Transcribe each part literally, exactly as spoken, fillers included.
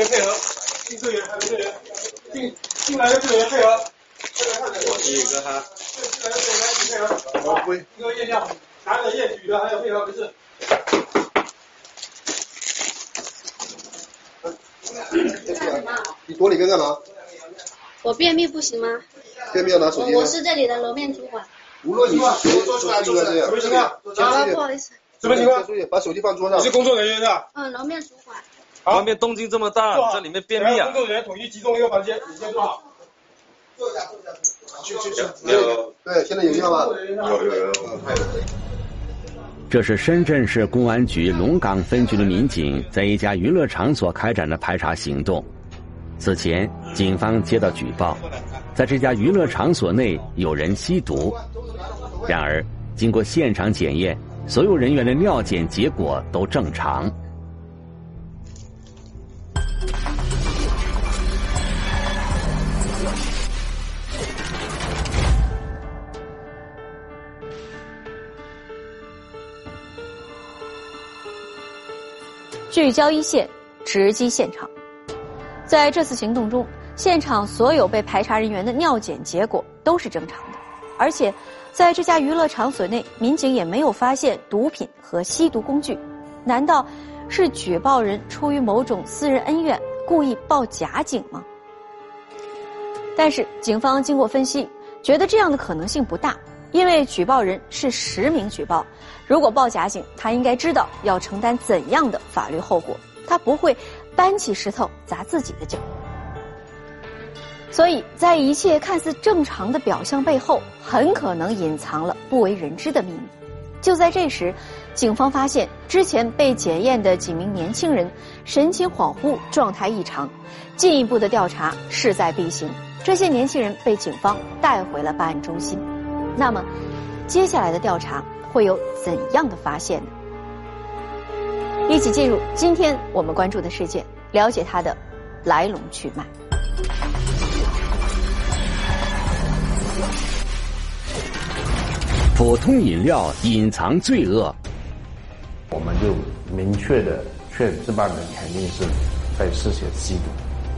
配合，进队员还有队员，进进来的队员配合。 我第一个哈。 进来的队员一起配合。好，一个验尿，男的验举的还有配合没事。 你躲里干干嘛？ 我便秘不行吗？ 便秘要拿手机吗？ 我是这里的楼面主管。 无论你是谁，都应该这样。 什么情况？ 好了，不好意思。 什么情况？ 把手机放桌上。 你是工作人员是吧？ 嗯，楼面主管。 外面动静这么大，这里面便秘啊！ 工作人员统一集中一个房间，你先坐好。坐下，坐下。去去去。 有。对，现在有药吗？ 有有有。 这是深圳市公安局龙岗分局的民警在一家娱乐场所开展的排查行动。此前，警方接到举报，在这家娱乐场所内有人吸毒。然而，经过现场检验，所有人员的尿检结果都正常。 聚焦一线，直击现场。在这次行动中，现场所有被排查人员的尿检结果都是正常的，而且在这家娱乐场所内，民警也没有发现毒品和吸毒工具。难道是举报人出于某种私人恩怨，故意报假警吗？但是警方经过分析，觉得这样的可能性不大，因为举报人是实名举报，如果报假警，他应该知道要承担怎样的法律后果，他不会搬起石头砸自己的脚。所以在一切看似正常的表象背后，很可能隐藏了不为人知的秘密。就在这时，警方发现之前被检验的几名年轻人神情恍惚，状态异常，进一步的调查势在必行。这些年轻人被警方带回了办案中心。那么接下来的调查会有怎样的发现呢？一起进入今天我们关注的事件，了解它的来龙去脉。 普通饮料隐藏罪恶， 我们就明确的确认这帮人肯定是在涉嫌吸毒。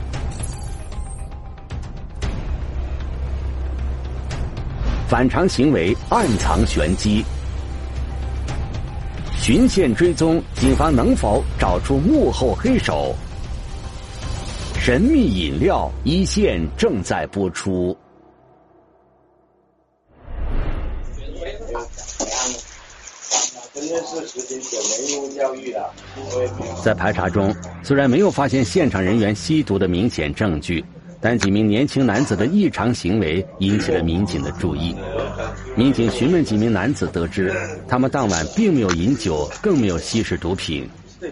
反常行为暗藏玄机，循线追踪，警方能否找出幕后黑手？神秘饮料一线正在播出。在排查中，虽然没有发现现场人员吸毒的明显证据，但几名年轻男子的异常行为引起了民警的注意。民警询问几名男子，得知他们当晚并没有饮酒，更没有吸食毒品。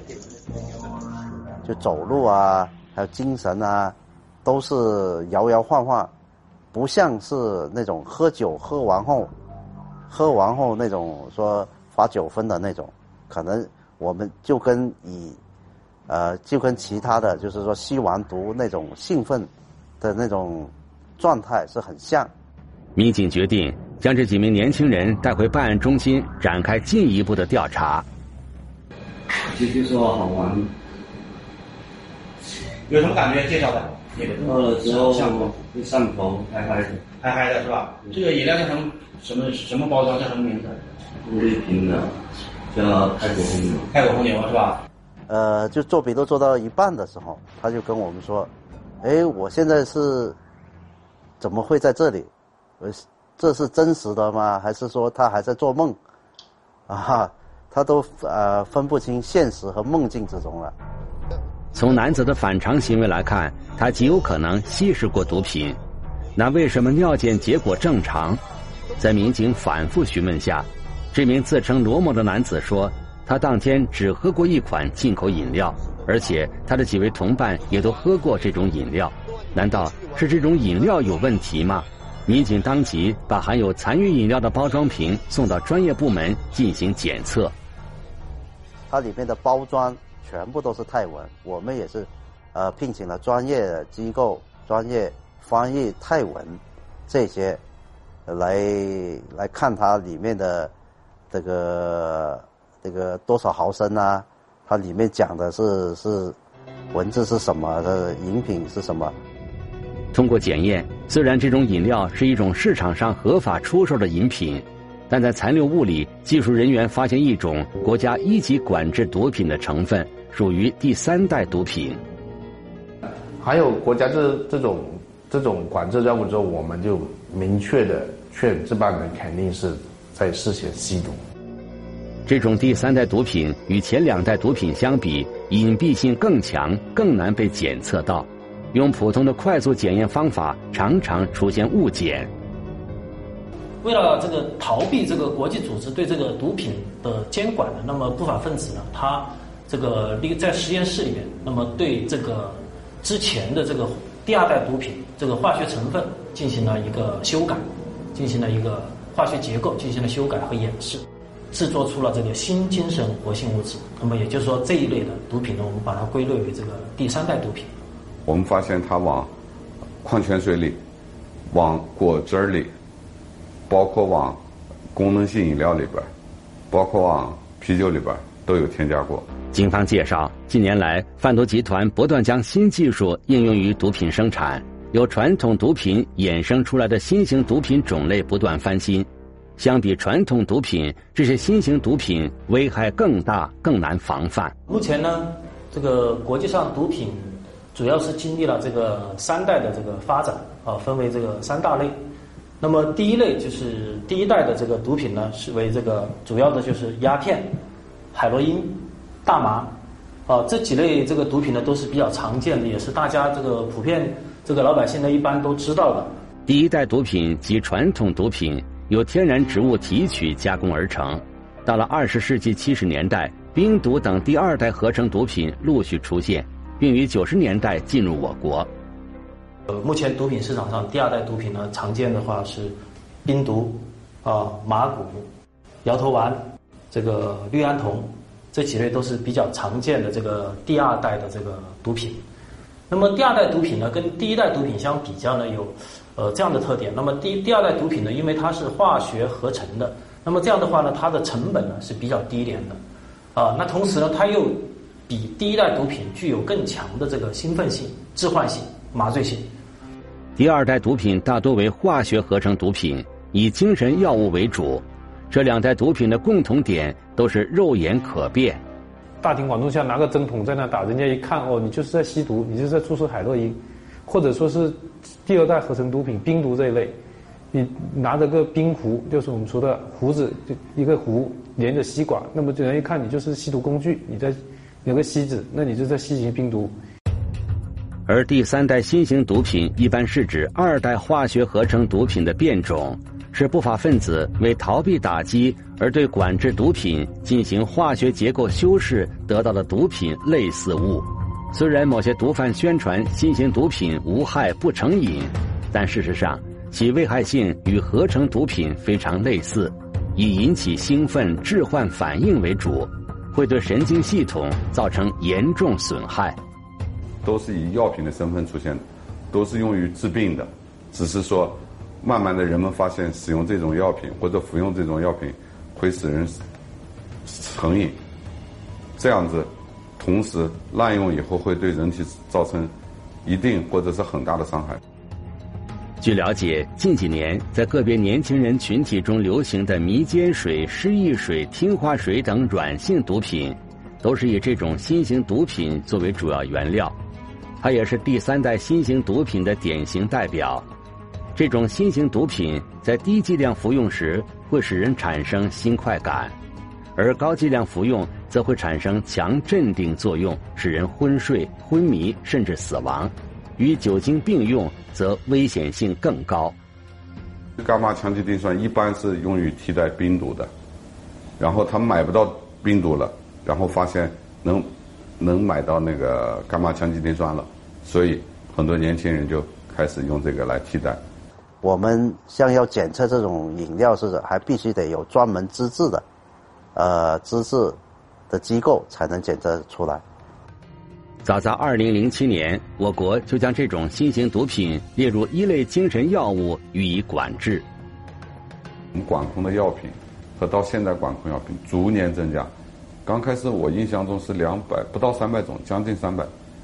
就走路啊，还有精神啊，都是摇摇晃晃，不像是那种喝酒喝完后，喝完后那种说罚九分的那种。可能我们就跟以，呃，就跟其他的就是说吸完毒那种兴奋的那种状态是很像。 民警决定将这几名年轻人带回办案中心，展开进一步的调查。 就就说好玩， 有什么感觉？介绍的。 喝了之后会上头，嗨嗨的， 嗨嗨的是吧？这个饮料叫什么什么什么包装？叫什么名字？ 玻璃瓶的，叫开国红牛。 开国红牛是吧？ 呃，就做笔录做到一半的时候，他就跟我们说：“哎，我现在是怎么会在这里？呃，这是真实的吗？还是说他还在做梦？啊，他都呃分不清现实和梦境之中了。” 从男子的反常行为来看，他极有可能吸食过毒品。那为什么尿检结果正常？在民警反复询问下，这名自称罗某的男子说，他当天只喝过一款进口饮料，而且他的几位同伴也都喝过这种饮料。难道是这种饮料有问题吗？民警当即把含有残余饮料的包装瓶送到专业部门进行检测。 它里面的包装全部都是泰文，我们也是，呃，聘请了专业的机构、专业翻译泰文这些，来来看它里面的这个这个多少毫升啊，它里面讲的是是文字是什么，它的饮品是什么。 通过检验，虽然这种饮料是一种市场上合法出售的饮品，但在残留物里，技术人员发现一种国家一级管制毒品的成分，属于第三代毒品。 还有国家这这种这种管制任务之后，我们就明确的确这帮人肯定是在事先吸毒。 这种第三代毒品与前两代毒品相比，隐蔽性更强，更难被检测到。用普通的快速检验方法，常常出现误检。 为了这个逃避这个国际组织对这个毒品的监管呢，那么不法分子呢，他这个在实验室里面，那么对这个之前的这个第二代毒品这个化学成分进行了一个修改，进行了一个化学结构进行了修改和演示，制作出了这个新精神活性物质。那么也就是说，这一类的毒品呢，我们把它归类为这个第三代毒品。 我们发现它往矿泉水里、往果汁里，包括往功能性饮料里边，包括往啤酒里边都有添加过。 警方介绍，近年来贩毒集团不断将新技术应用于毒品生产，由传统毒品衍生出来的新型毒品种类不断翻新。相比传统毒品，这些新型毒品危害更大，更难防范。 目前呢，这个国际上毒品主要是经历了这个三代的这个发展啊，分为这个三大类。那么第一类就是第一代的这个毒品呢，是为这个主要的就是鸦片、海洛因、大麻啊，这几类这个毒品呢都是比较常见的，也是大家这个普遍这个老百姓呢一般都知道的。 第一代毒品及传统毒品由天然植物提取加工而成。到了二十世纪七十年代，冰毒等第二代合成毒品陆续出现，并于九十年代进入我国。 呃，目前毒品市场上第二代毒品呢，常见的话是冰毒啊、麻古、摇头丸、这个氯胺酮，这几类都是比较常见的这个第二代的这个毒品。那么第二代毒品呢，跟第一代毒品相比较呢，有呃这样的特点。那么第第二代毒品呢，因为它是化学合成的，那么这样的话呢，它的成本呢是比较低廉的，啊、呃，那同时呢，它又比第一代毒品具有更强的这个兴奋性、致幻性、麻醉性。 第二代毒品大多为化学合成毒品，以精神药物为主。这两代毒品的共同点都是肉眼可辨。 大庭广众下拿个针筒在那打，人家一看，哦，你就是在吸毒，你就是在注射海洛因，或者说是第二代合成毒品冰毒这一类，你拿着个冰壶，就是我们说的壶子，就一个壶连着吸管，那么人一看你就是吸毒工具，你在有个吸子，那你就在吸行冰毒。 而第三代新型毒品一般是指二代化学合成毒品的变种，是不法分子为逃避打击而对管制毒品进行化学结构修饰得到的毒品类似物。虽然某些毒贩宣传新型毒品无害不成瘾，但事实上其危害性与合成毒品非常类似，以引起兴奋致幻反应为主，会对神经系统造成严重损害。 都是以药品的身份出现的，都是用于治病的，只是说慢慢的人们发现使用这种药品或者服用这种药品会使人成瘾，这样子同时滥用以后会对人体造成一定或者是很大的伤害。 据了解，近几年在个别年轻人群体中流行的迷奸水、失忆水、听话水等软性毒品，都是以这种新型毒品作为主要原料，它也是第三代新型毒品的典型代表。这种新型毒品在低剂量服用时会使人产生新快感，而高剂量服用则会产生强镇定作用，使人昏睡、昏迷甚至死亡。与酒精并用则危险性更高。 伽马羟基丁酸一般是用于替代冰毒的，然后他们买不到冰毒了，然后发现能能买到那个伽马羟基丁酸了，所以很多年轻人就开始用这个来替代。 我们像要检测这种饮料是还必须得有专门资质的，呃，资质的机构才能检测出来。 早在二零零七年，我国就将这种新型毒品列入一类精神药物予以管制。 我们管控的药品和到现在管控药品逐年增加，刚开始我印象中是两百不到三百种，将近三百，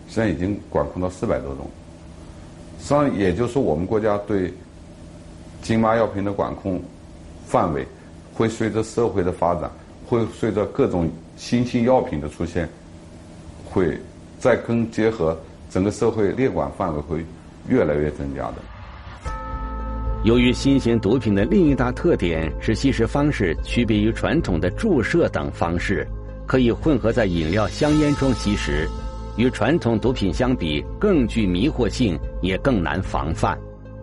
现在已经管控到四百多种。实际上，也就是说，我们国家对禁麻药品的管控范围，会随着社会的发展，会随着各种新型药品的出现，会再跟结合整个社会列管范围会越来越增加的。 由于新型毒品的另一大特点是吸食方式区别于传统的注射等方式，可以混合在饮料、香烟中吸食，与传统毒品相比更具迷惑性，也更难防范。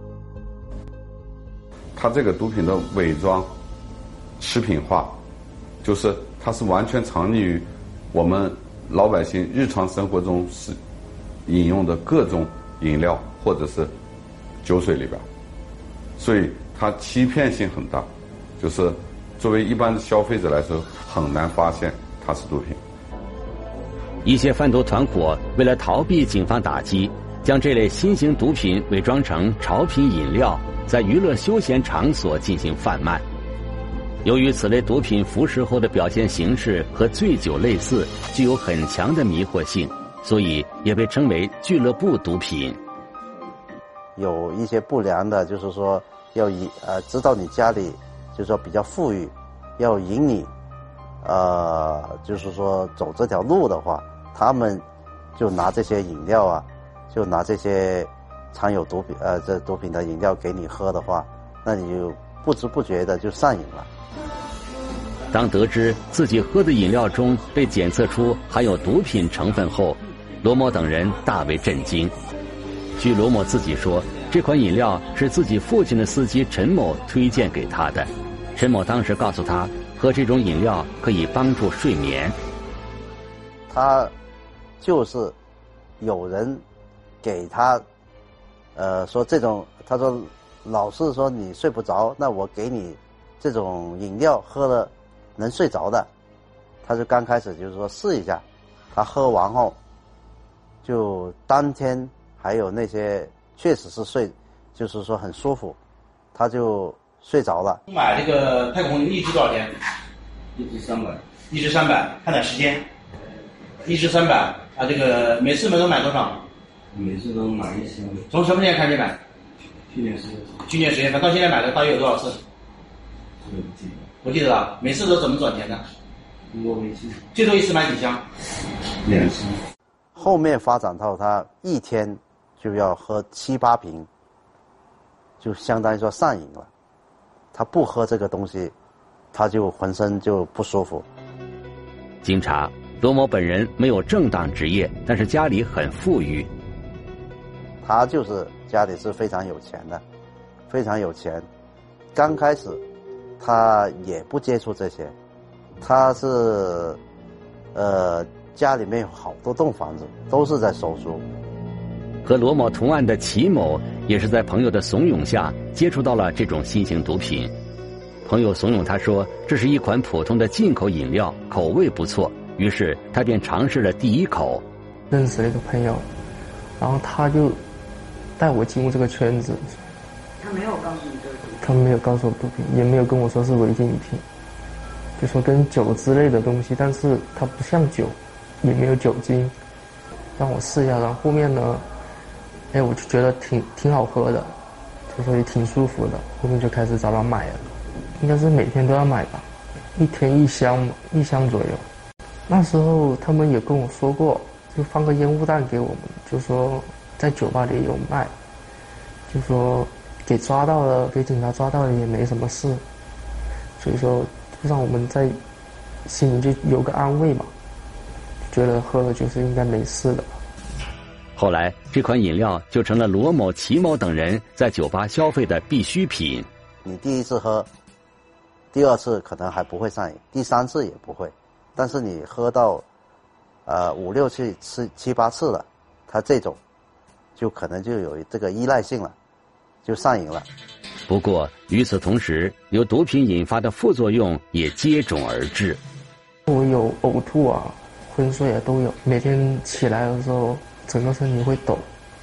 它这个毒品的伪装、食品化，就是它是完全藏匿于我们老百姓日常生活中是饮用的各种饮料或者是酒水里边。所以它欺骗性很大，就是作为一般的消费者来说，很难发现它是毒品。 一些贩毒团伙为了逃避警方打击，将这类新型毒品伪装成潮品饮料，在娱乐休闲场所进行贩卖。由于此类毒品服食后的表现形式和醉酒类似，具有很强的迷惑性，所以也被称为俱乐部毒品。 有一些不良的，就是说要引呃知道你家里就是说比较富裕，要引你呃就是说走这条路的话，他们就拿这些饮料啊，就拿这些藏有毒品呃这毒品的饮料给你喝的话，那你就不知不觉的就上瘾了。 当得知自己喝的饮料中被检测出含有毒品成分后，罗某等人大为震惊。据罗某自己说，这款饮料是自己父亲的司机陈某推荐给他的。陈某当时告诉他，喝这种饮料可以帮助睡眠。 他就是有人给他，呃，说这种，他说老是说你睡不着，那我给你这种饮料喝了能睡着的。他就刚开始就是说试一下，他喝完后，就当天。还有那些确实是睡，就是说很舒服，他就睡着了。 买这个太空一支多少钱？一支三百。一支三百，看点时间。一支三百啊，这个每次能都买多少？ 每次都买一箱。 从什么年开始买？ 去年十月份。 去年十月份到现在买的大约有多少次？ 这个不记得。 不记得了。每次都怎么转钱的？ 通过微信。 最多一次买几箱？ 两箱。 后面发展到他一天就要喝七八瓶，就相当于说上瘾了。他不喝这个东西，他就浑身就不舒服。 经查，罗某本人没有正当职业，但是家里很富裕。 他就是家里是非常有钱的，非常有钱。刚开始他也不接触这些，他是呃家里面有好多栋房子，都是在收租。 和罗某同案的齐某也是在朋友的怂恿下接触到了这种新型毒品。朋友怂恿他说，这是一款普通的进口饮料，口味不错，于是他便尝试了第一口。 认识了一个朋友，然后他就带我进入这个圈子。 他没有告诉你这是毒品？ 他没有告诉我毒品，也没有跟我说是违禁品，就说跟酒之类的东西，但是它不像酒，也没有酒精，让我试一下。然后后面呢，哎，我就觉得挺挺好喝的，就说也挺舒服的，后面就开始找他买了，应该是每天都要买吧，一天一箱，一箱左右。那时候他们也跟我说过，就放个烟雾弹给我们，就说在酒吧里有卖，就说给抓到了，给警察抓到了也没什么事，所以说就让我们在心里就有个安慰嘛，觉得喝了就是应该没事的。 后来，这款饮料就成了罗某、齐某等人在酒吧消费的必需品。 你第一次喝，第二次可能还不会上瘾，第三次也不会，但是你喝到，呃五六次、七七八次了，它这种，就可能就有这个依赖性了，就上瘾了。 不过与此同时，由毒品引发的副作用也接踵而至。 我有呕吐啊、昏睡啊都有，每天起来的时候，整个身体会抖，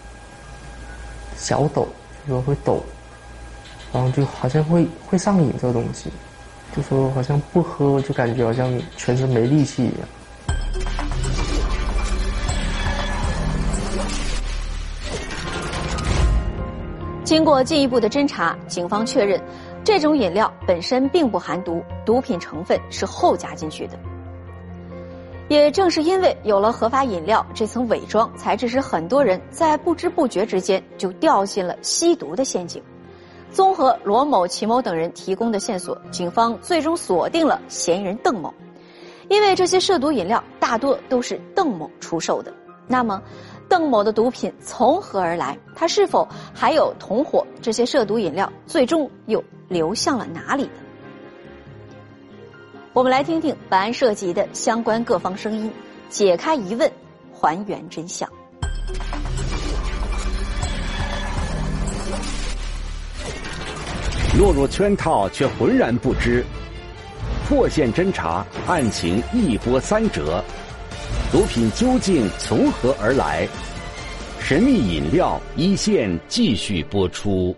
小抖，就说会抖，然后就好像会会上瘾这个东西，就说好像不喝就感觉好像全身没力气一样。 经过进一步的侦查，警方确认这种饮料本身并不含毒，毒品成分是后加进去的。也正是因为有了合法饮料这层伪装，才致使很多人在不知不觉之间就掉进了吸毒的陷阱。综合罗某、齐某等人提供的线索，警方最终锁定了嫌疑人邓某。因为这些涉毒饮料大多都是邓某出售的，那么邓某的毒品从何而来？他是否还有同伙？这些涉毒饮料最终又流向了哪里呢？我们来听听本案涉及的相关各方声音，解开疑问，还原真相。 落入圈套却浑然不知，破线侦查，案情一波三折，毒品究竟从何而来？神秘饮料一线继续播出。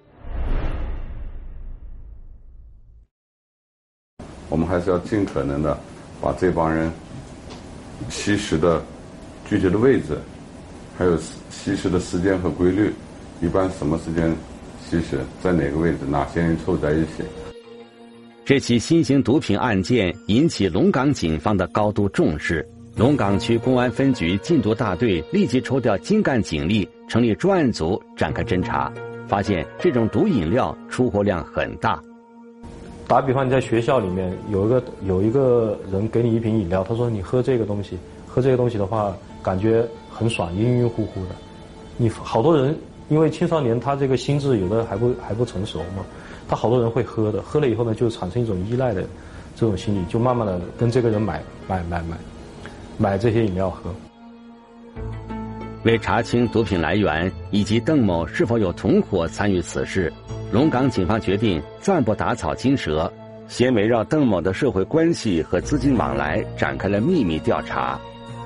我们还是要尽可能的把这帮人吸食的具体的位置，还有吸食的时间和规律，一般什么时间吸食，在哪个位置，哪些人凑在一起。 这起新型毒品案件引起龙岗警方的高度重视，龙岗区公安分局禁毒大队立即抽调精干警力，成立专案组展开侦查，发现这种毒饮料出货量很大。 打比方，你在学校里面有一个有一个人给你一瓶饮料，他说你喝这个东西，喝这个东西的话，感觉很爽，晕晕乎乎的。你好多人因为青少年他这个心智有的还不还不成熟嘛，他好多人会喝的，喝了以后呢，就产生一种依赖的这种心理，就慢慢的跟这个人买买买买买这些饮料喝。 为查清毒品来源以及邓某是否有同伙参与此事，龙岗警方决定暂不打草惊蛇，先围绕邓某的社会关系和资金往来展开了秘密调查。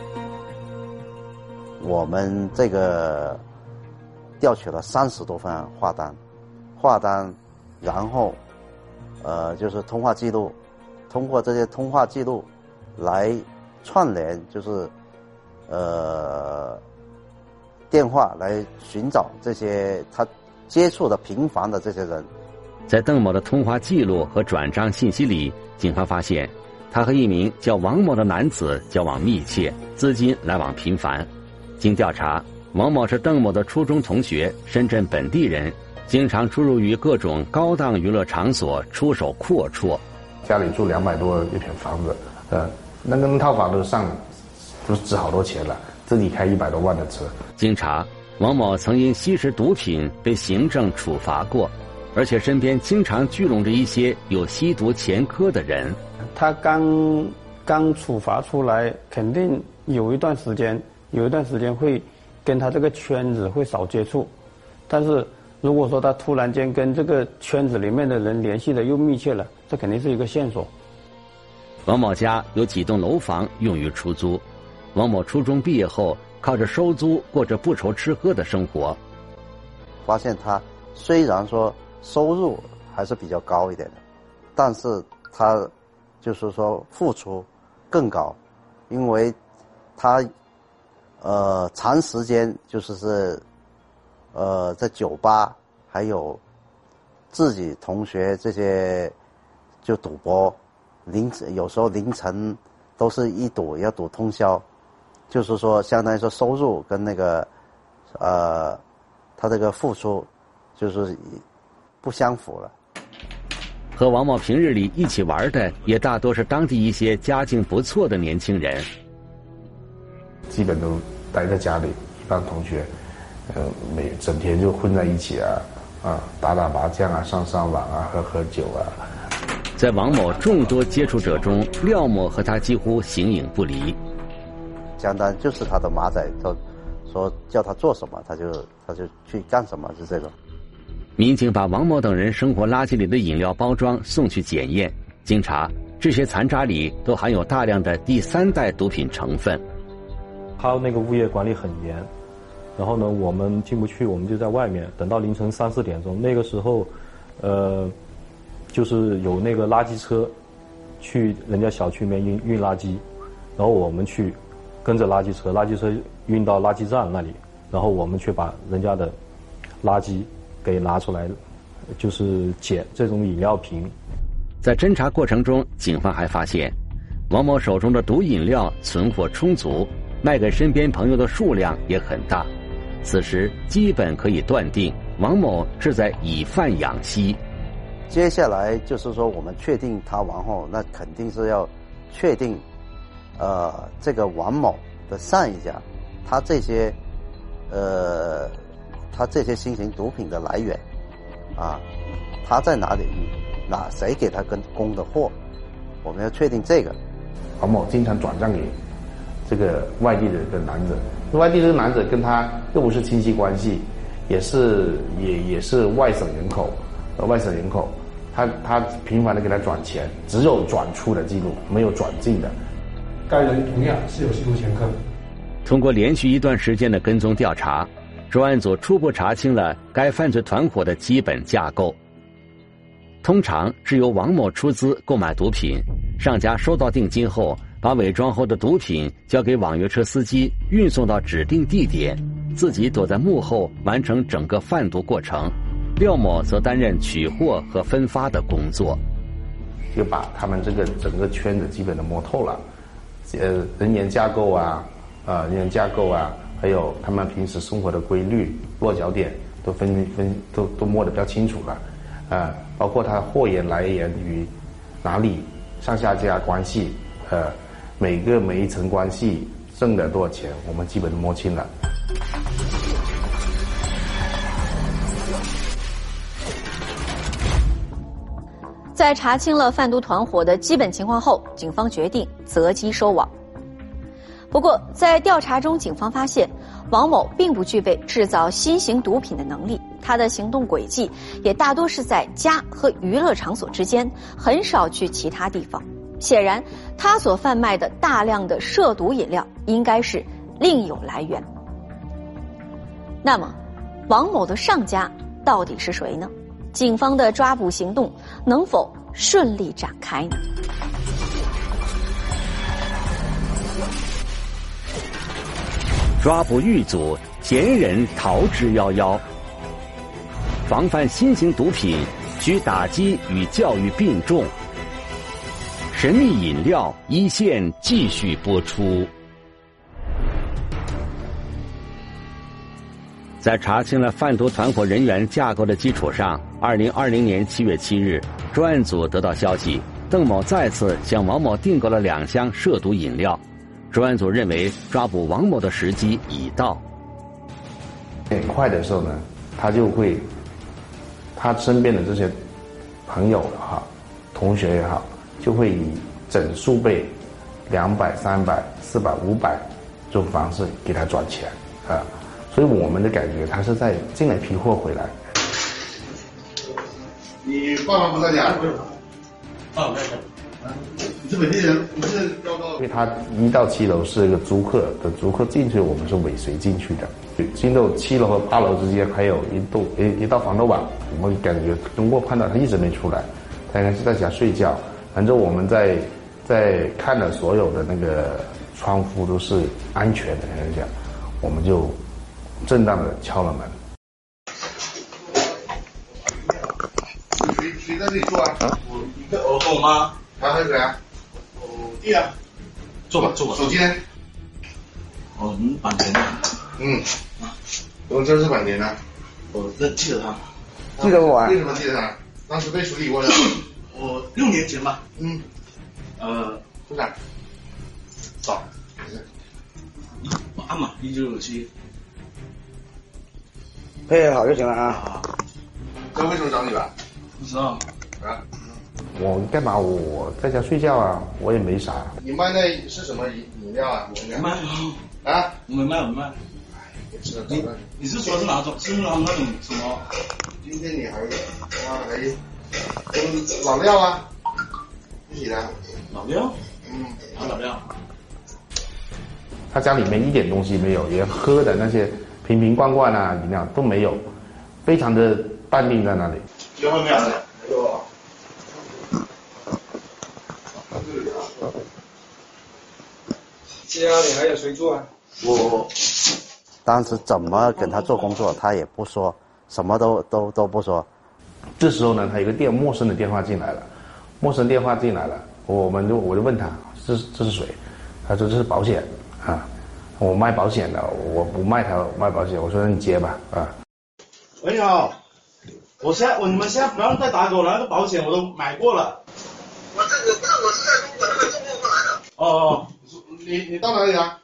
我们这个调取了三十多份话单，话单，然后呃就是通话记录，通过这些通话记录来串联，就是呃电话来寻找这些他接触的频繁的这些人。 在邓某的通话记录和转账信息里，警方发现他和一名叫王某的男子交往密切，资金来往频繁。经调查，王某是邓某的初中同学，深圳本地人，经常出入于各种高档娱乐场所，出手阔绰。 家里住两百多一平房子，呃，那跟套房都上，都值好多钱了。自己开一百多万的车。 经查，王某曾因吸食毒品被行政处罚过，而且身边经常聚拢着一些有吸毒前科的人。 他刚刚处罚出来，肯定有一段时间，有一段时间会跟他这个圈子会少接触。但是如果说他突然间跟这个圈子里面的人联系的又密切了，这肯定是一个线索。 王某家有几栋楼房用于出租。王某初中毕业后，靠着收租过着不愁吃喝的生活。 发现他虽然说收入还是比较高一点的，但是他就是说付出更高，因为他呃长时间就是是呃在酒吧还有自己同学这些就赌博，凌晨有时候凌晨都是一赌要赌通宵。就是说，相当于说收入跟那个，呃，他这个付出，就是不相符了。 和王某平日里一起玩的，也大多是当地一些家境不错的年轻人。 基本都待在家里，一帮同学，呃，每整天就混在一起啊，啊，打打麻将啊，上上网啊，喝喝酒啊。 在王某众多接触者中，廖某和他几乎形影不离。 相当就是他的马仔，都说叫他做什么，他就他就去干什么，是这种。 民警把王某等人生活垃圾里的饮料包装送去检验，经查，这些残渣里都含有大量的第三代毒品成分。 他那个物业管理很严，然后呢，我们进不去，我们就在外面等到凌晨三四点钟。那个时候，呃，就是有那个垃圾车去人家小区里面运运垃圾，然后我们去。跟着垃圾车，垃圾车运到垃圾站那里，然后我们去把人家的垃圾给拿出来，就是捡这种饮料瓶。 在侦查过程中，警方还发现，王某手中的毒饮料存货充足，卖给身边朋友的数量也很大。此时基本可以断定，王某是在以贩养吸。 接下来就是说，我们确定他王后，那肯定是要确定，呃，这个王某的上一家，他这些，呃，他这些新型毒品的来源，啊，他在哪里，哪谁给他跟供的货，我们要确定这个。 王某经常转账给这个外地的一个男子，外地的男子跟他又不是亲戚关系，也是也也是外省人口，呃，外省人口。他他频繁的给他转钱，只有转出的记录，没有转进的。 该人同样是有吸毒前科。 通过连续一段时间的跟踪调查，专案组初步查清了该犯罪团伙的基本架构。通常是由王某出资购买毒品，商家收到定金后，把伪装后的毒品交给网约车司机运送到指定地点，自己躲在幕后完成整个贩毒过程。廖某则担任取货和分发的工作， 就把他们这个整个圈子基本的摸透了，呃，人员架构啊，呃，人员架构啊，还有他们平时生活的规律、落脚点都分分都都摸得比较清楚了，啊、呃，包括他货源来源于哪里，上下家关系，呃，每个每一层关系挣了多少钱，我们基本都摸清了。 在查清了贩毒团伙的基本情况后，警方决定择机收网。不过，在调查中，警方发现王某并不具备制造新型毒品的能力，他的行动轨迹也大多是在家和娱乐场所之间，很少去其他地方。显然，他所贩卖的大量的涉毒饮料应该是另有来源。那么，王某的上家到底是谁呢？警方的抓捕行动能否顺利展开呢？ 抓捕狱卒，嫌疑人逃之夭夭。防范新型毒品，需打击与教育并重。神秘饮料一线继续播出。在查清了贩毒团伙人员架构的基础上，二零二零年七月七日，专案组得到消息，邓某再次向王某订购了两箱涉毒饮料。专案组认为抓捕王某的时机已到。 很快的时候呢，他就会，他身边的这些朋友也好，同学也好，就会以整数倍、两百、三百、四百、五百这种方式给他转钱啊。所以我们的感觉，他是在进来批货回来。 你爸妈不在家？ 啊，没事。你是本地人，你是高高。 因为他一到七楼是一个租客的，租客进去我们是尾随进去的。进到七楼和八楼之间还有一栋一一道防盗网，我们感觉通过判断他一直没出来，他应该是在家睡觉。反正我们在在看了所有的那个窗户都是安全的来讲，我们就正当的敲了门。 谁谁在这里住啊？ 我一个我和我妈。 啊，还有谁啊？ 我弟啊。坐吧，坐吧。 手机呢？ 哦，嗯，坂田的。 嗯。怎么真是坂田呢？ 我认记得他。 记得我啊？为什么记得他？当时被处理过的。 我六年前吧。 嗯。 呃， 多少？少。 一八嘛，一九九七。 配合好就行了啊。 哥为什么找你吧？ 不知道。 啊？ 我干嘛？我在家睡觉啊，我也没啥。 你卖那是什么饮饮料啊？ 我卖啊？ 我没卖，我没卖。你你是说是哪种？是那种那种什么？ 今天你还啊还跟老廖啊一起的。 老廖？嗯，啊老廖。 他家里面一点东西没有，连喝的那些瓶瓶罐罐啊饮料都没有，非常的淡定在那里。 结婚没有？没有。 家里还有谁住啊？ 我当时怎么跟他做工作，他也不说， 什么都都都不说。 这时候呢，他有个电陌生的电话进来了，陌生电话进来了，我们就我就问他，这是这是谁？他说这是保险啊，我卖保险的，我不卖他卖保险。我说你接吧啊。 喂，你好，我现在我你们现在不让再打给我了，那个保险我都买过了。 我这个不是，我是在中国那个中国过来的。 哦哦， 你你到哪里啊？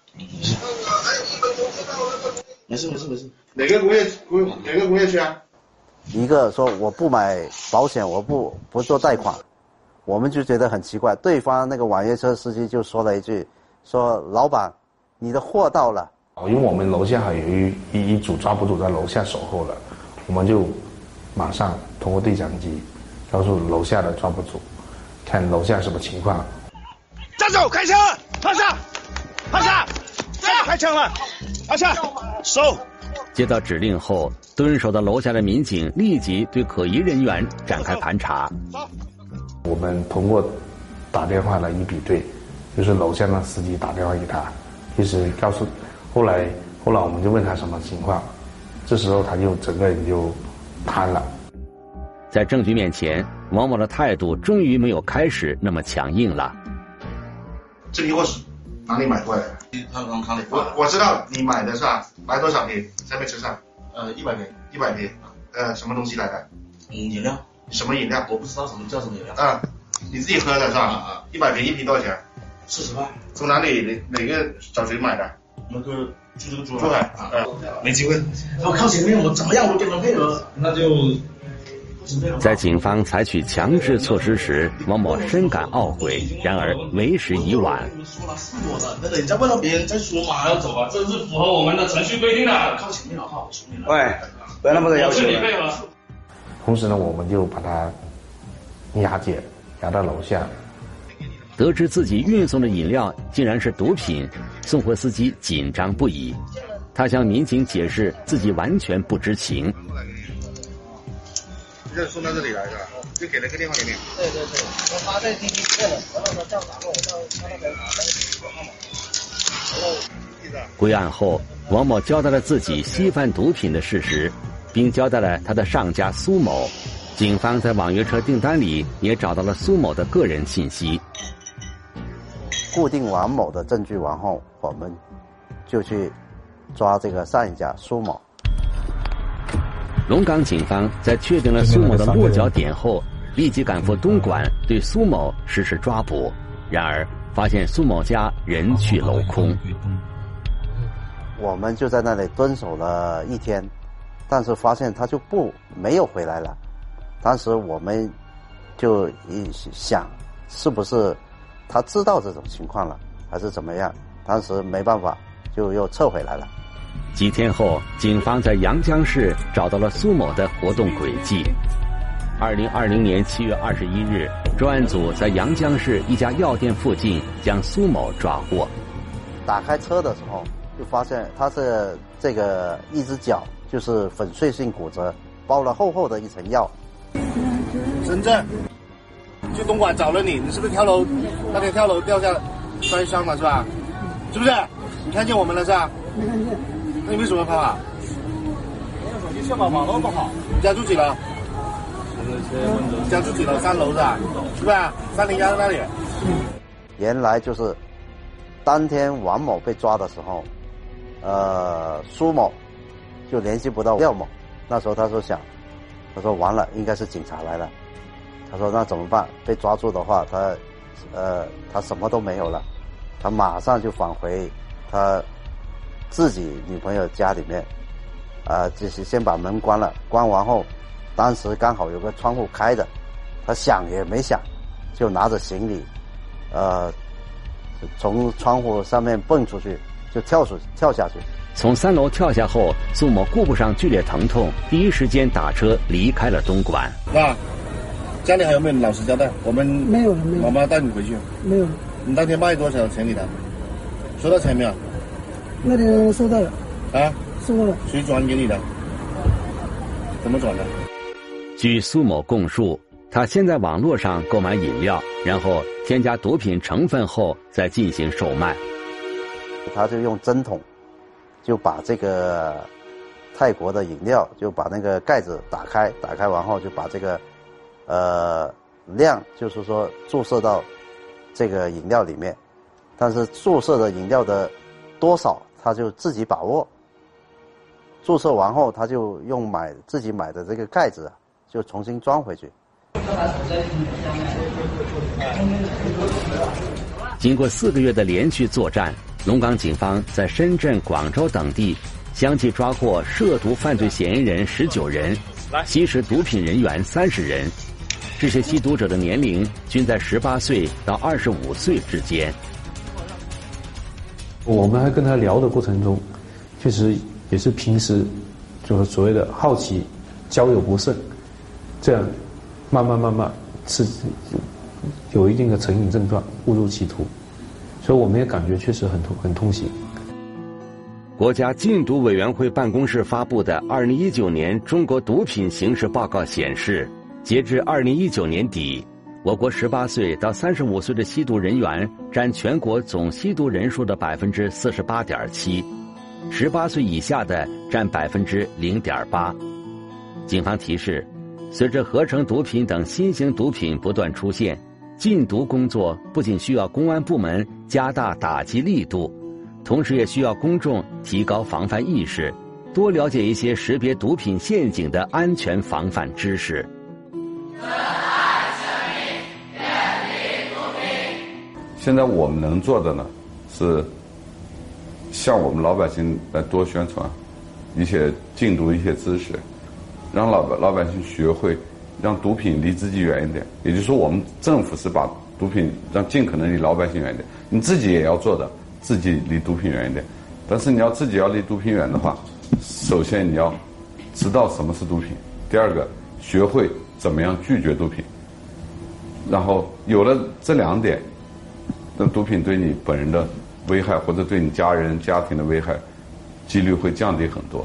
没事没事没事。 哪个工业工哪个工业区啊？ 一个说我不买保险，我不不做贷款，我们就觉得很奇怪。对方那个网约车司机就说了一句，说老板，你的货到了。 因为我们楼下还有一一一组抓捕组在楼下守候了，我们就马上通过对讲机告诉楼下的抓捕组，看楼下什么情况。 站住！开枪！趴下！趴下！开枪了！趴下！手！ 接到指令后，蹲守在楼下的民警立即对可疑人员展开盘查。 我们通过打电话来一比对，就是楼下那司机打电话给他，其实告诉，后来后来我们就问他什么情况，这时候他就整个人就瘫了。 在证据面前，王某的态度终于没有开始那么强硬了。 这批货是哪里买过来的？ 他从厂里我我知道你买的是吧？买多少瓶？在没车上？ 呃，一百瓶。 一百瓶。呃，什么东西来的？ 嗯，饮料。 什么饮料？ 我不知道什么叫什么饮料。 啊，你自己喝的是吧？啊啊。一百瓶一瓶多少钱？ 四十块。 从哪里哪哪个小区买的？ 那个就这个珠珠海。 啊。 没机会。 我靠前面，我怎么样都跟他配合。那就。 在警方采取强制措施时，王某深感懊悔，然而为时已晚。 那人家问到别人再说嘛，要走啊，这是符合我们的程序规定的。靠前面好不好？ 喂，不要那么多要求了。 同时呢，我们就把他押解，押到楼下。 得知自己运送的饮料竟然是毒品，送货司机紧张不已。他向民警解释自己完全不知情。 就送到这里来是吧？就给了个电话给你。 对对对，我发在滴滴店了，然后他叫打过我到他那边拿那个手机号码。然后归案后，王某交代了自己吸贩毒品的事实，并交代了他的上家苏某。警方在网约车订单里也找到了苏某的个人信息。 固定王某的证据完后，我们就去抓这个上一家苏某。龙岗警方在确定了苏某的落脚点后，立即赶赴东莞对苏某实施抓捕。然而，发现苏某家人去楼空。我们就在那里蹲守了一天，但是发现他就不没有回来了。当时我们就一想，是不是他知道这种情况了，还是怎么样？当时没办法，就又撤回来了。几天后，警方在阳江市找到了苏某的活动轨迹。二零二零年七月二十一日，专案组在阳江市一家药店附近将苏某抓获。打开车的时候，就发现他是这个一只脚就是粉碎性骨折，包了厚厚的一层药。 深圳，去东莞找了你，你是不是跳楼？那天跳楼掉下摔伤了是吧？是不是？你看见我们了是吧？没看见。那你为什么跑啊？我用手机线吧，网络不好。你家住几楼？你家住几楼？三楼是吧？是不是？三零幺那里。 原来就是当天王某被抓的时候，呃，苏某就联系不到廖某。那时候他说想，他说完了，应该是警察来了。他说那怎么办？被抓住的话，他呃他什么都没有了，他马上就返回他自己女朋友家里面，啊、呃，就是先把门关了，关完后，当时刚好有个窗户开的，他想也没想，就拿着行李，呃，从窗户上面蹦出去，就跳出跳下去。从三楼跳下后，苏某顾不上剧烈疼痛，第一时间打车离开了东莞。 爸，家里还有没有老实交代？我们没有了，没有。 我妈带你回去。 没有。 你当天卖多少钱给他？收到钱没有？ 那天收到了。 啊？ 收到了。 谁转给你的？怎么转的？ 据苏某供述，他先在网络上购买饮料，然后添加毒品成分后再进行售卖。 他就用针筒就把这个泰国的饮料，就把那个盖子打开，打开完后就把这个呃量，就是说注射到这个饮料里面，但是注射的饮料的多少他就自己把握。注射完后，他就用买自己买的这个盖子就重新装回去。 经过四个月的连续作战，龙岗警方在深圳、广州等地相继抓获涉毒犯罪嫌疑人十九人，吸食毒品人员三十人。这些吸毒者的年龄均在十八岁到二十五岁之间。 我们还跟他聊的过程中，确实也是平时就是所谓的好奇、交友不慎，这样慢慢慢慢是有一定的成瘾症状，误入歧途，所以我们也感觉确实很痛很痛心。 国家禁毒委员会办公室发布的二零一九年中国毒品形势报告显示，截至二零一九年底，我国十八岁到三十五岁的吸毒人员占全国总吸毒人数的百分之四十八点七，十八岁以下的占百分之零点八。警方提示，随着合成毒品等新型毒品不断出现，禁毒工作不仅需要公安部门加大打击力度，同时也需要公众提高防范意识，多了解一些识别毒品陷阱的安全防范知识。 现在我们能做的呢，是向我们老百姓来多宣传一些禁毒一些知识，让老百老百姓学会让毒品离自己远一点。也就是说，我们政府是把毒品让尽可能离老百姓远一点，你自己也要做的，自己离毒品远一点。但是你要自己要离毒品远的话，首先你要知道什么是毒品，第二个学会怎么样拒绝毒品。然后有了这两点，那毒品对你本人的危害或者对你家人家庭的危害几率会降低很多。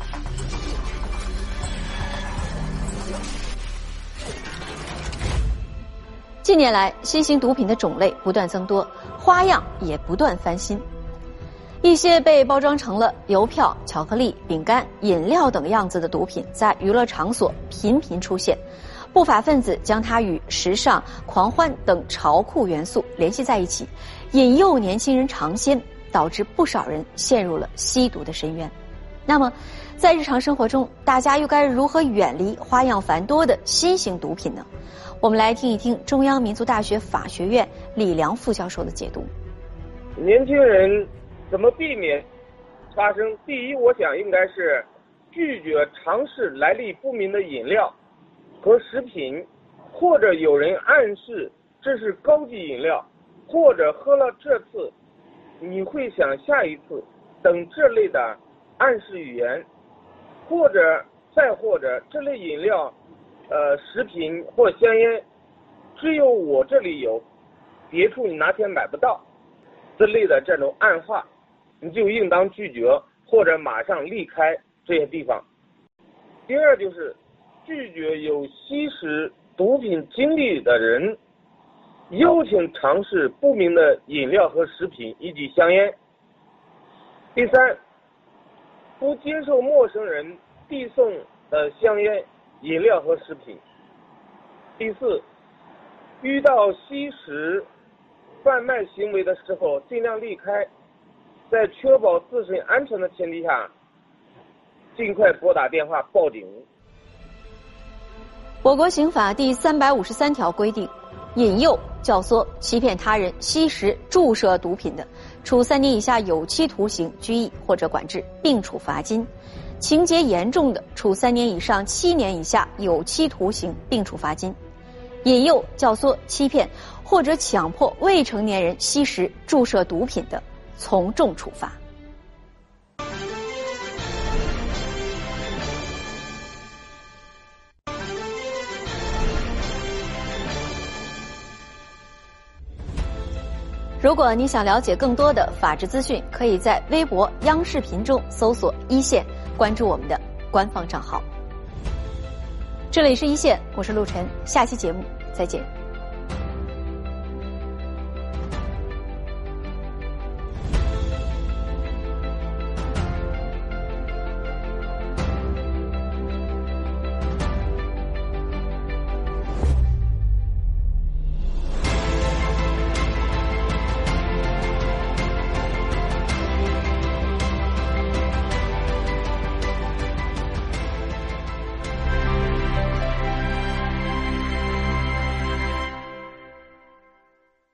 近年来，新型毒品的种类不断增多，花样也不断翻新。一些被包装成了邮票、巧克力、饼干、饮料等样子的毒品，在娱乐场所频频出现。不法分子将它与时尚、狂欢等潮酷元素联系在一起，引诱年轻人尝鲜，导致不少人陷入了吸毒的深渊。那么，在日常生活中，大家又该如何远离花样繁多的新型毒品呢？我们来听一听中央民族大学法学院李良副教授的解读。 年轻人怎么避免发生？第一，我想应该是拒绝尝试来历不明的饮料和食品，或者有人暗示这是高级饮料，或者喝了这次你会想下一次等这类的暗示语言，或者再或者这类饮料呃食品或香烟只有我这里有，别处你哪天买不到，这类的这种暗话，你就应当拒绝或者马上离开这些地方。第二就是拒绝有吸食毒品经历的人邀请尝试不明的饮料和食品以及香烟。第三，不接受陌生人递送的香烟、饮料和食品。第四，遇到吸食贩卖行为的时候尽量离开，在确保自身安全的前提下尽快拨打电话报警。 我国刑法第三百五十三条规定，引诱、教唆、欺骗他人吸食、注射毒品的，处三年以下有期徒刑、拘役或者管制，并处罚金；情节严重的，处三年以上七年以下有期徒刑，并处罚金。引诱、教唆、欺骗或者强迫未成年人吸食、注射毒品的，从重处罚。如果你想了解更多的法治资讯，可以在微博、央视频中搜索一线，关注我们的官方账号。这里是一线，我是陆晨，下期节目再见。